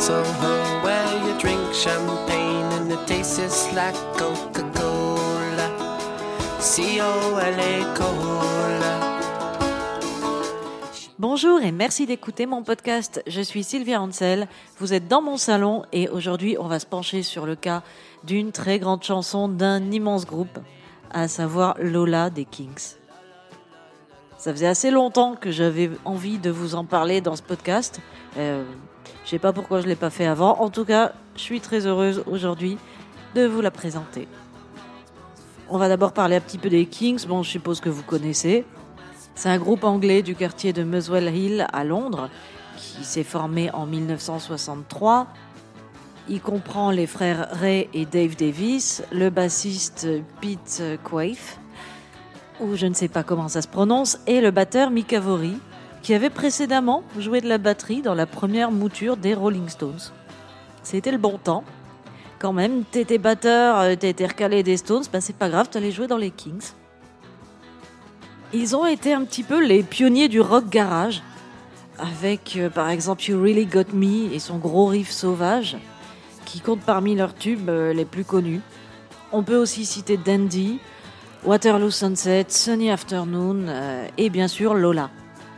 Soho where you drink champagne and it tastes like Coca-Cola. C-O-L-A-Cola. Bonjour et merci d'écouter mon podcast. Je suis Sylvia Ansel, vous êtes dans mon salon et aujourd'hui on va se pencher sur le cas d'une très grande chanson d'un immense groupe, à savoir Lola des Kings. Ça faisait assez longtemps que j'avais envie de vous en parler dans ce podcast. Je sais pas pourquoi je l'ai pas fait avant. En tout cas, je suis très heureuse aujourd'hui de vous la présenter. On va d'abord parler un petit peu des Kings. Bon, je suppose que vous connaissez. C'est un groupe anglais du quartier de Muswell Hill à Londres qui s'est formé en 1963. Il comprend les frères Ray et Dave Davis, le bassiste Pete Quaife, ou je ne sais pas comment ça se prononce, et le batteur Mick Avory, qui avait précédemment joué de la batterie dans la première mouture des Rolling Stones. C'était le bon temps. Quand même, t'étais batteur, t'étais recalé des Stones, c'est pas grave, t'allais jouer dans les Kings. Ils ont été un petit peu les pionniers du rock garage, avec par exemple You Really Got Me et son gros riff sauvage, qui compte parmi leurs tubes les plus connus. On peut aussi citer Dandy, Waterloo Sunset, Sunny Afternoon et bien sûr Lola.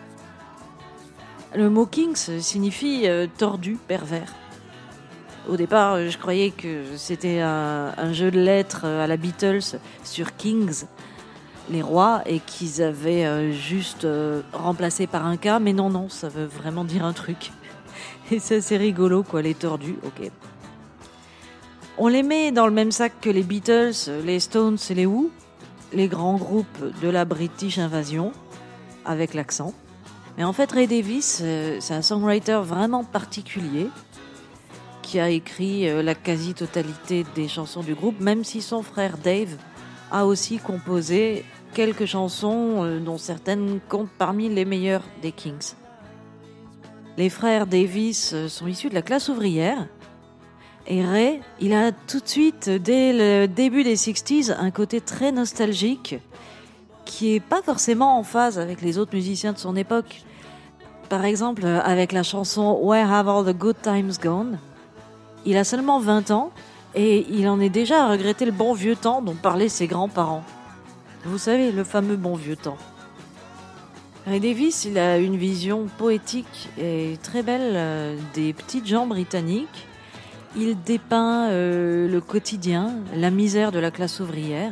Le mot Kings signifie tordu, pervers. Au départ, je croyais que c'était un jeu de lettres à la Beatles sur Kings, les rois, et qu'ils avaient juste remplacé par un K, mais non, ça veut vraiment dire un truc. Et ça, c'est rigolo, quoi, les tordus, ok. On les met dans le même sac que les Beatles, les Stones et les Who, les grands groupes de la British Invasion, avec l'accent. Mais en fait, Ray Davies, c'est un songwriter vraiment particulier, qui a écrit la quasi-totalité des chansons du groupe, même si son frère Dave a aussi composé quelques chansons dont certaines comptent parmi les meilleures des Kings. Les frères Davis sont issus de la classe ouvrière et Ray, il a tout de suite, dès le début des 60s, un côté très nostalgique qui est pas forcément en phase avec les autres musiciens de son époque. Par exemple, avec la chanson Where Have All the Good Times Gone, il a seulement 20 ans et il en est déjà à regretter le bon vieux temps dont parlaient ses grands-parents. Vous savez, le fameux bon vieux temps. Ray Davies, il a une vision poétique et très belle des petites gens britanniques. Il dépeint le quotidien, la misère de la classe ouvrière.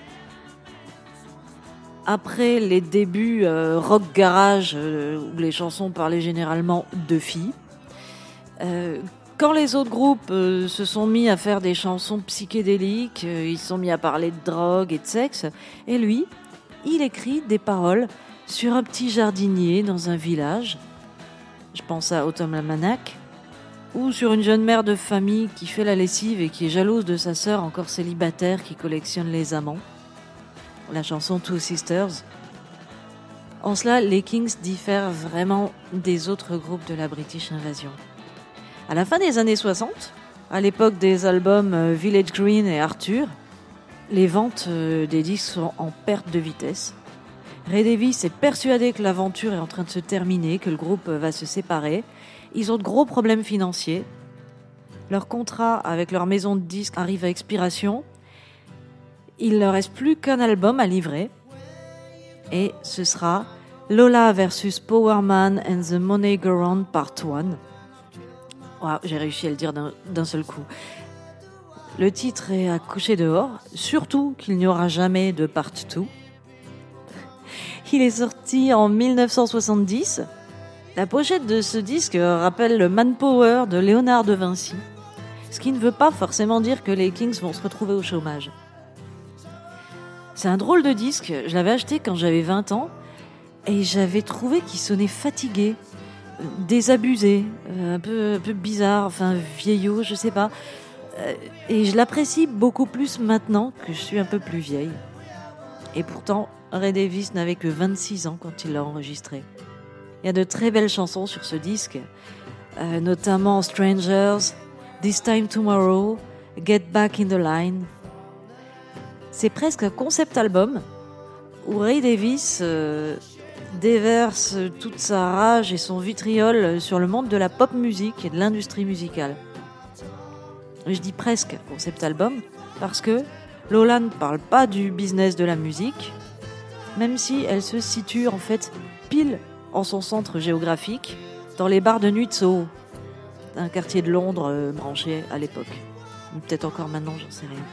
Après les débuts rock garage, où les chansons parlaient généralement de filles, quand les autres groupes se sont mis à faire des chansons psychédéliques, ils se sont mis à parler de drogue et de sexe, et lui, il écrit des paroles sur un petit jardinier dans un village, je pense à Autumn Almanac, ou sur une jeune mère de famille qui fait la lessive et qui est jalouse de sa sœur encore célibataire qui collectionne les amants. La chanson Two Sisters. En cela, les Kings diffèrent vraiment des autres groupes de la British Invasion. À la fin des années 60, à l'époque des albums Village Green et Arthur, les ventes des disques sont en perte de vitesse. Ray Davies est persuadé que l'aventure est en train de se terminer, que le groupe va se séparer. Ils ont de gros problèmes financiers. Leur contrat avec leur maison de disques arrive à expiration. Il ne leur reste plus qu'un album à livrer. Et ce sera Lola versus Power Man and the Money Go Round Part 1. Wow, j'ai réussi à le dire d'un seul coup. Le titre est à coucher dehors, surtout qu'il n'y aura jamais de Part 2. Il est sorti en 1970. La pochette de ce disque rappelle le Manpower de Léonard de Vinci, ce qui ne veut pas forcément dire que les Kings vont se retrouver au chômage. C'est un drôle de disque, je l'avais acheté quand j'avais 20 ans et j'avais trouvé qu'il sonnait fatigué, désabusé, un peu bizarre, enfin vieillot, je sais pas. Et je l'apprécie beaucoup plus maintenant que je suis un peu plus vieille. Et pourtant, Ray Davies n'avait que 26 ans quand il l'a enregistré. Il y a de très belles chansons sur ce disque, notamment Strangers, This Time Tomorrow, Get Back in the Line. C'est presque un concept album où Ray Davies déverse toute sa rage et son vitriol sur le monde de la pop musique et de l'industrie musicale. Je dis presque concept album parce que Lola ne parle pas du business de la musique, même si elle se situe en fait pile en son centre géographique, dans les bars de nuit de Soho, un quartier de Londres branché à l'époque. Peut-être encore maintenant, j'en sais rien.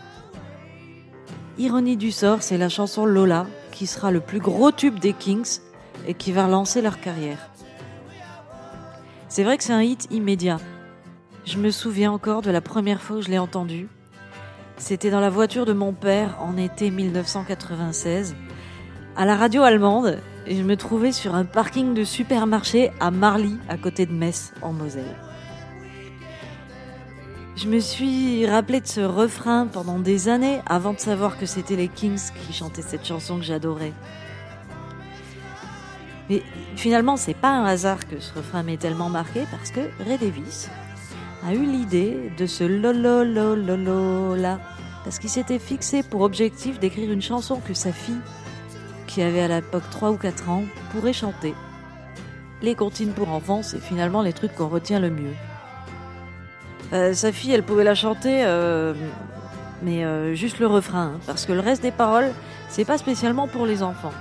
Ironie du sort, c'est la chanson Lola qui sera le plus gros tube des Kings et qui va relancer leur carrière. C'est vrai que c'est un hit immédiat. Je me souviens encore de la première fois que je l'ai entendue. C'était dans la voiture de mon père en été 1996, à la radio allemande, et je me trouvais sur un parking de supermarché à Marly, à côté de Metz, en Moselle. Je me suis rappelé de ce refrain pendant des années avant de savoir que c'était les Kings qui chantaient cette chanson que j'adorais. Mais finalement, c'est pas un hasard que ce refrain m'ait tellement marqué parce que Ray Davies a eu l'idée de ce lololololola parce qu'il s'était fixé pour objectif d'écrire une chanson que sa fille, qui avait à l'époque 3 ou 4 ans, pourrait chanter. Les comptines pour enfants, c'est finalement les trucs qu'on retient le mieux. Sa fille, elle pouvait la chanter, mais juste le refrain, hein, parce que le reste des paroles, c'est pas spécialement pour les enfants.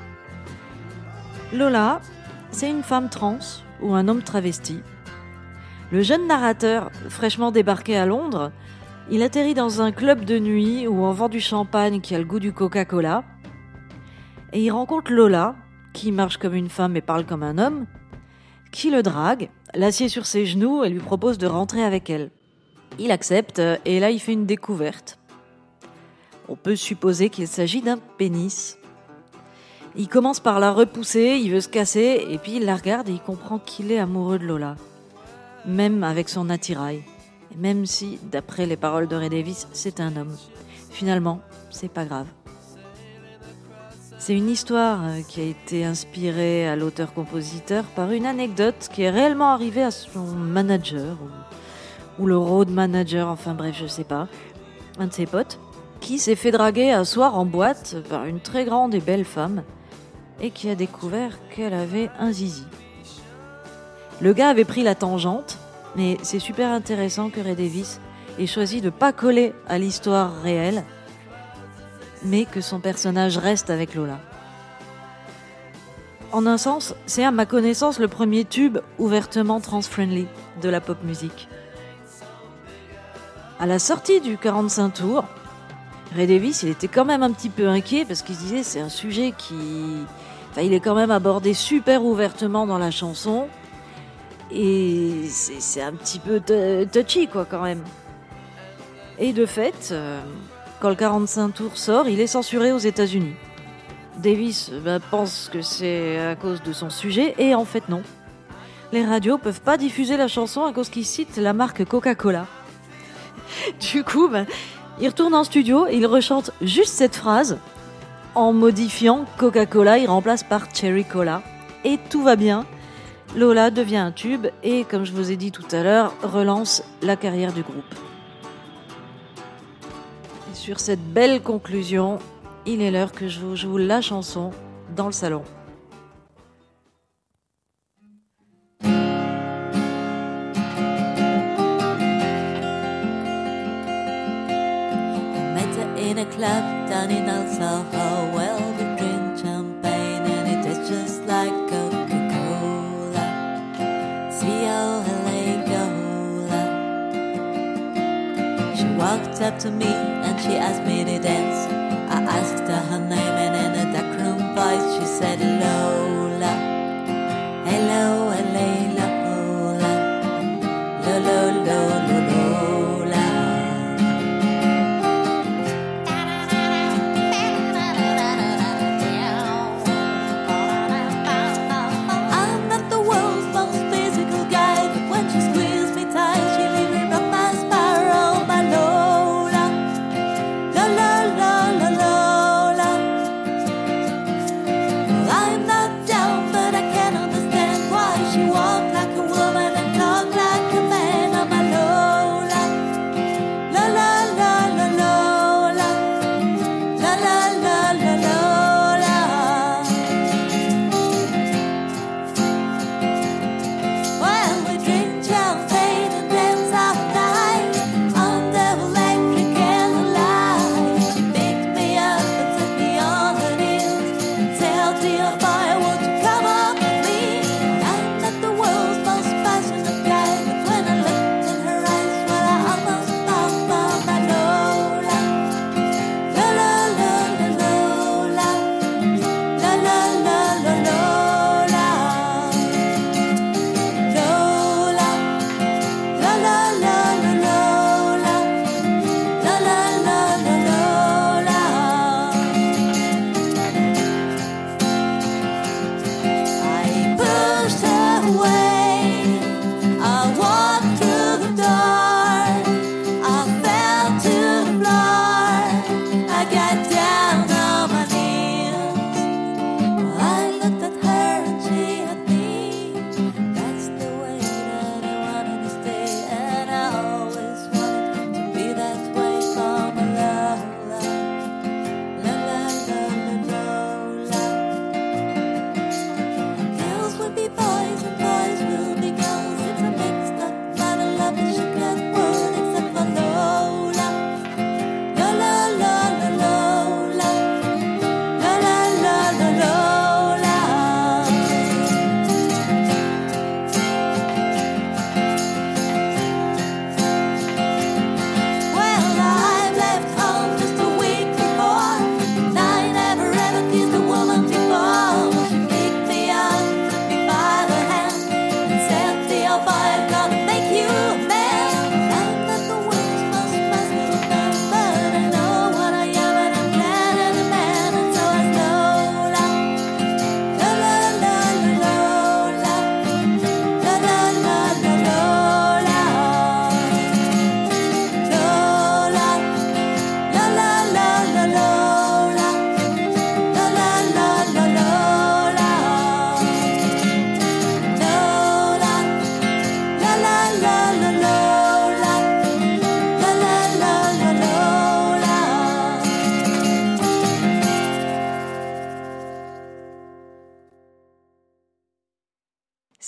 Lola, c'est une femme trans ou un homme travesti. Le jeune narrateur, fraîchement débarqué à Londres, il atterrit dans un club de nuit où on vend du champagne qui a le goût du Coca-Cola, et il rencontre Lola, qui marche comme une femme et parle comme un homme, qui le drague, l'assied sur ses genoux et lui propose de rentrer avec elle. Il accepte et là il fait une découverte. On peut supposer qu'il s'agit d'un pénis. Il commence par la repousser, il veut se casser et puis il la regarde et il comprend qu'il est amoureux de Lola. Même avec son attirail. Et même si, d'après les paroles de Ray Davies, c'est un homme. Finalement, c'est pas grave. C'est une histoire qui a été inspirée à l'auteur-compositeur par une anecdote qui est réellement arrivée à son manager ou le road manager, enfin bref, je sais pas, un de ses potes, qui s'est fait draguer un soir en boîte par une très grande et belle femme et qui a découvert qu'elle avait un zizi. Le gars avait pris la tangente, mais c'est super intéressant que Ray Davies ait choisi de pas coller à l'histoire réelle, mais que son personnage reste avec Lola. En un sens, c'est à ma connaissance le premier tube ouvertement trans-friendly de la pop musique. À la sortie du 45 tours, Ray Davies, il était quand même un petit peu inquiet parce qu'il se disait c'est un sujet il est quand même abordé super ouvertement dans la chanson et c'est un petit peu touchy quoi quand même. Et de fait, quand le 45 tours sort, il est censuré aux États-Unis. Davies pense que c'est à cause de son sujet, et en fait non. Les radios peuvent pas diffuser la chanson à cause qu'ils citent la marque Coca-Cola. Du coup, il retourne en studio et il rechante juste cette phrase. En modifiant Coca-Cola, il remplace par Cherry Cola. Et tout va bien. Lola devient un tube et, comme je vous ai dit tout à l'heure, relance la carrière du groupe. Sur cette belle conclusion, il est l'heure que je vous joue la chanson dans le salon. I met her in a club down in Old Soho. Well, we drink champagne and it tastes just like Coca-Cola. C-O-L-A-Cola. She walked up to me and she asked me to dance. I asked her her name and in a dark room voice she said Lola. Hello, hello, Lola. Lola, Lola, Lola. I'm not the world's most physical guy, but when she squeezed me tight, she literally broke my spiral, my Lola. Lola, Lola.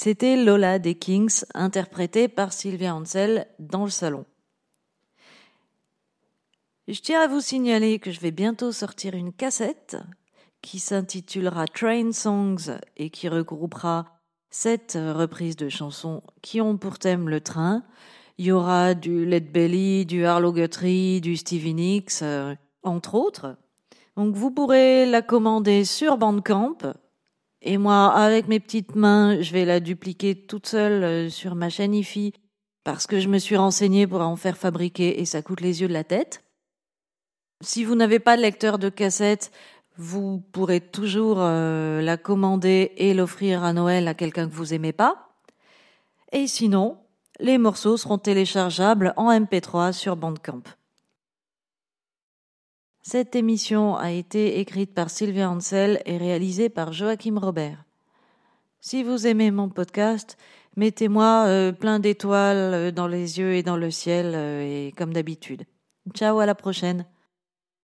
C'était Lola des Kings, interprétée par Sylvia Ansel dans le salon. Je tiens à vous signaler que je vais bientôt sortir une cassette qui s'intitulera Train Songs et qui regroupera 7 reprises de chansons qui ont pour thème le train. Il y aura du Led Belly, du Arlo Guthrie, du Stevie Nicks, entre autres. Donc vous pourrez la commander sur Bandcamp. Et moi, avec mes petites mains, je vais la dupliquer toute seule sur ma chaîne hi-fi parce que je me suis renseignée pour en faire fabriquer et ça coûte les yeux de la tête. Si vous n'avez pas de lecteur de cassette, vous pourrez toujours la commander et l'offrir à Noël à quelqu'un que vous aimez pas. Et sinon, les morceaux seront téléchargeables en MP3 sur Bandcamp. Cette émission a été écrite par Sylvia Ansel et réalisée par Joachim Robert. Si vous aimez mon podcast, mettez-moi plein d'étoiles dans les yeux et dans le ciel, et comme d'habitude. Ciao, à la prochaine.